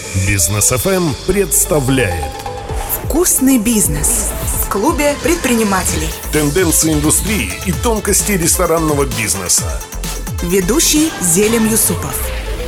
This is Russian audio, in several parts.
Бизнес ФМ представляет Вкусный бизнес в клубе предпринимателей. тенденции индустрии и тонкости ресторанного бизнеса. Ведущий Зелим Юсупов.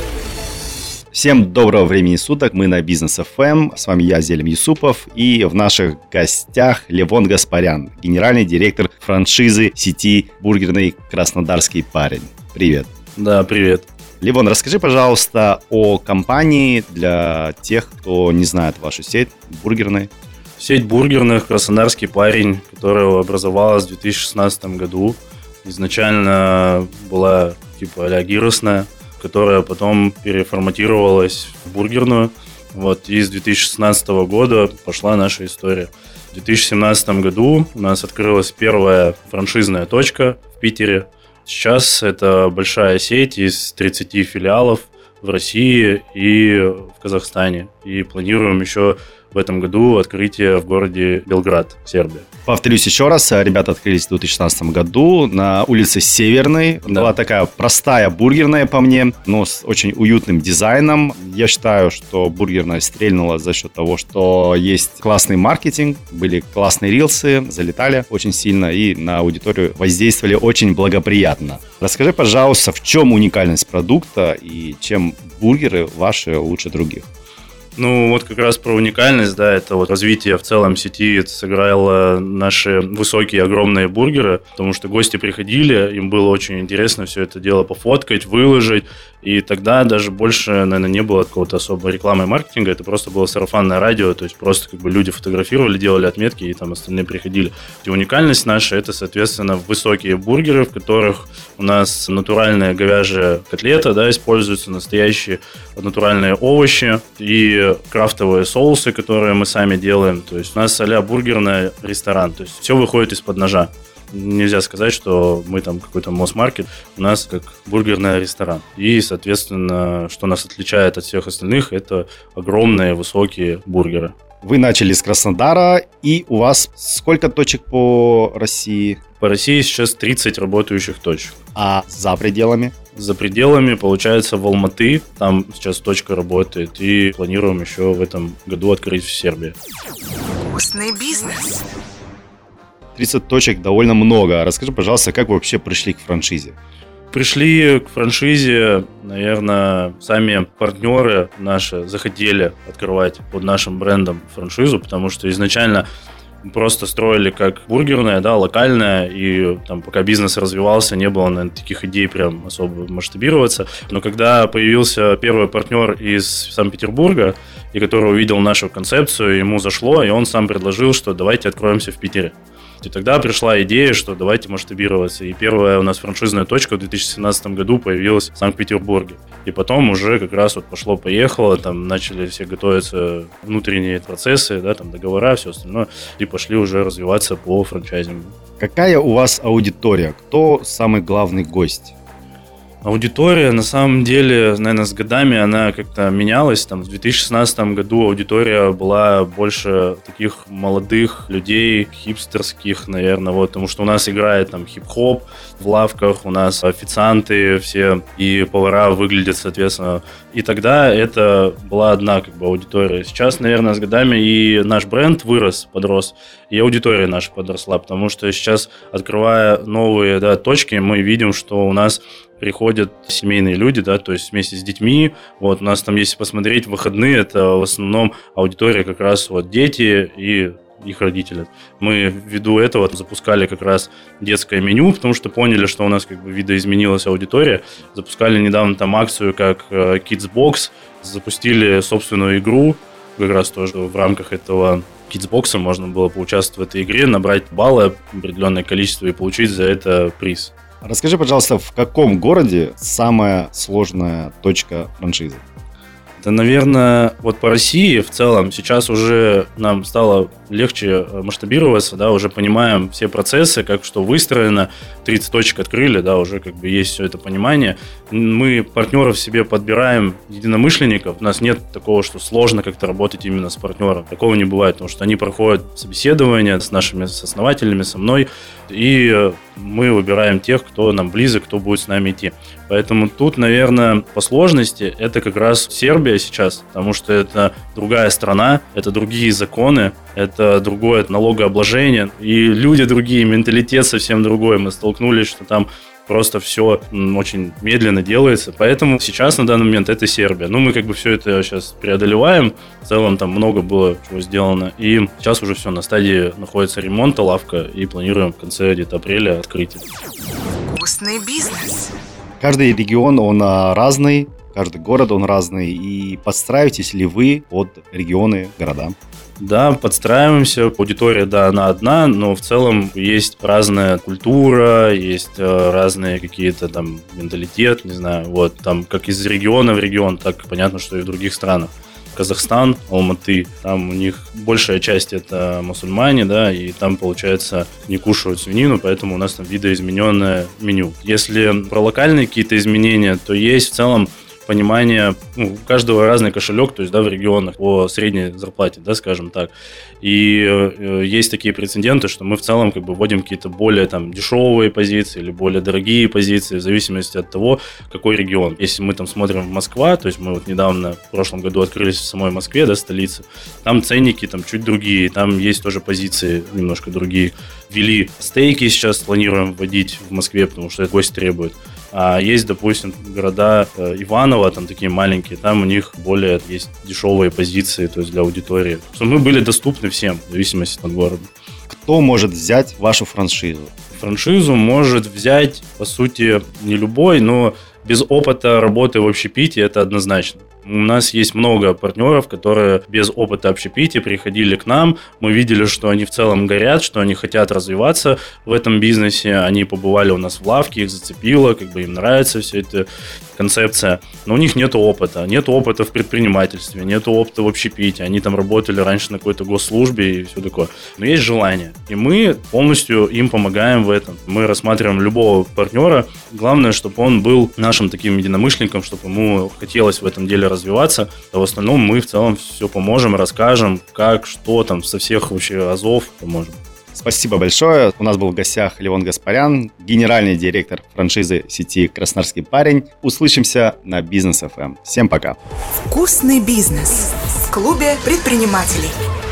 Всем доброго времени суток, мы на Бизнес ФМ, с вами я, Зелим Юсупов, и в наших гостях Левон Гаспарян, генеральный директор франшизы сети бургерный «Краснодарский парень». Привет. Да, привет. Левон, расскажи, пожалуйста, о компании для тех, кто не знает вашу сеть бургерной. Сеть бургерных «Краснодарский парень», которая образовалась в 2016 году, изначально была типа а-ля гиросная, которая потом переформатировалась в бургерную. И с 2016 года пошла наша история. В 2017 году у нас открылась первая франшизная точка в Питере. Сейчас это большая сеть из 30 филиалов в России и в Казахстане. И планируем еще в этом году открытие в городе Белград, Сербия. Повторюсь еще раз, ребята открылись в 2016 году на улице Северной. Да. Была такая простая бургерная по мне, но с очень уютным дизайном. Я считаю, что бургерная стрельнула за счет того, что есть классный маркетинг, были классные рилсы, залетали очень сильно и на аудиторию воздействовали очень благоприятно. Расскажи, пожалуйста, в чем уникальность продукта и чем бургеры ваши лучше других? Как раз про уникальность, это развитие в целом сети, это сыграло наши высокие, огромные бургеры, потому что гости приходили, им было очень интересно все это дело пофоткать, выложить, и тогда даже больше, наверное, не было какого-то особой рекламы и маркетинга, это просто было сарафанное радио, то есть просто люди фотографировали, делали отметки, и там остальные приходили. И уникальность наша, это, соответственно, высокие бургеры, в которых у нас натуральная говяжья котлета, используются настоящие натуральные овощи и крафтовые соусы, которые мы сами делаем. То есть у нас а-ля бургерный ресторан. То есть все выходит из-под ножа. Нельзя сказать, что мы там какой-то Мосмаркет. У нас как бургерный ресторан. И, соответственно, что нас отличает от всех остальных, это огромные высокие бургеры. Вы начали с Краснодара, и у вас сколько точек по России? По России сейчас 30 работающих точек. А за пределами? За пределами, получается, в Алматы. Там сейчас точка работает. И планируем еще в этом году открыть в Сербии. Вкусный бизнес. 30 точек довольно много. Расскажи, пожалуйста, как вы вообще пришли к франшизе? Пришли к франшизе, наверное, сами партнеры наши захотели открывать под нашим брендом франшизу, потому что изначально просто строили как бургерная, локальная, и там пока бизнес развивался, не было, наверное, таких идей прям особо масштабироваться. Но когда появился первый партнер из Санкт-Петербурга, и который увидел нашу концепцию, ему зашло, и он сам предложил, что давайте откроемся в Питере. И тогда пришла идея, что давайте масштабироваться. И первая у нас франшизная точка в 2017 году появилась в Санкт-Петербурге. И потом уже как раз пошло-поехало, там начали все готовиться внутренние процессы, договора, все остальное, и пошли уже развиваться по франчайзингу. Какая у вас аудитория? Кто самый главный гость? Аудитория, на самом деле, наверное, с годами она как-то менялась. В 2016 году аудитория была больше таких молодых людей, хипстерских, наверное, потому что у нас играет хип-хоп в лавках, у нас официанты все и повара выглядят, соответственно. И тогда это была одна аудитория. Сейчас, наверное, с годами и наш бренд подрос, и аудитория наша подросла, потому что сейчас, открывая новые точки, мы видим, что у нас приходят семейные люди, то есть вместе с детьми. У нас там, если посмотреть, выходные, это в основном аудитория как раз дети и их родители. Мы ввиду этого запускали как раз детское меню, потому что поняли, что у нас видоизменилась аудитория. Запускали недавно акцию как Kids Box, запустили собственную игру, как раз тоже в рамках этого Kids Box можно было поучаствовать в этой игре, набрать баллы, определенное количество и получить за это приз. Расскажи, пожалуйста, в каком городе самая сложная точка франшизы? Это, наверное, по России в целом сейчас уже нам стало легче масштабироваться, уже понимаем все процессы, как что выстроено, 30 точек открыли, уже есть все это понимание. Мы партнеров себе подбираем единомышленников, у нас нет такого, что сложно как-то работать именно с партнером. Такого не бывает, потому что они проходят собеседование с нашими основателями, со мной, И мы выбираем тех, кто нам близок, кто будет с нами идти. Поэтому тут, наверное, по сложности это как раз Сербия сейчас, потому что это другая страна, это другие законы, это другое налогообложение, и люди другие, менталитет совсем другой. Мы столкнулись, что там просто все очень медленно делается. Поэтому сейчас на данный момент это Сербия. Ну, мы как бы все это сейчас преодолеваем. В целом там много было чего сделано. И сейчас уже все на стадии находится ремонта, лавка. И планируем в конце где-то апреля открытие. Вкусный бизнес. Каждый регион, он разный, каждый город, он разный. И подстраиваетесь ли вы под регионы, города? Да, подстраиваемся. Аудитория, да, она одна, но в целом есть разная культура, есть разные какие-то там менталитет, не знаю, вот там как из региона в регион, так понятно, что и в других странах. Казахстан, Алматы, там у них большая часть это мусульмане, да, и там, получается, не кушают свинину, поэтому у нас там видоизмененное меню. Если про локальные какие-то изменения, то есть в целом понимание, у каждого разный кошелек, то есть, да, в регионах по средней зарплате, да, скажем так. И есть такие прецеденты, что мы в целом как бы вводим какие-то более там дешевые позиции или более дорогие позиции в зависимости от того, какой регион. Если мы там смотрим в Москва, то есть мы вот недавно в прошлом году открылись в самой Москве, да, столице, там ценники там чуть другие, там есть тоже позиции немножко другие. Ввели стейки, сейчас планируем вводить в Москве, потому что это гость требует. А есть, допустим, города Иваново, там такие маленькие, там у них более есть дешевые позиции, то есть для аудитории. Что мы были доступны всем, в зависимости от города. Кто может взять вашу франшизу? Франшизу может взять, по сути, не любой, но без опыта работы в общепите это однозначно. У нас есть много партнеров, которые без опыта общепития приходили к нам. Мы видели, что они в целом горят, что они хотят развиваться в этом бизнесе. Они побывали у нас в лавке, их зацепило, как бы им нравится вся эта концепция. Но у них нет опыта. Нет опыта в предпринимательстве, нет опыта в общепитии. Они там работали раньше на какой-то госслужбе и все такое. Но есть желание. И мы полностью им помогаем в этом. Мы рассматриваем любого партнера. Главное, чтобы он был нашим таким единомышленником, чтобы ему хотелось в этом деле развиваться, а в остальном мы в целом все поможем, расскажем, как, что там, со всех вообще азов поможем. Спасибо большое. У нас был в гостях Левон Гаспарян, генеральный директор франшизы сети «Краснодарский парень». Услышимся на Бизнес ФМ. Всем пока. Вкусный бизнес в клубе предпринимателей.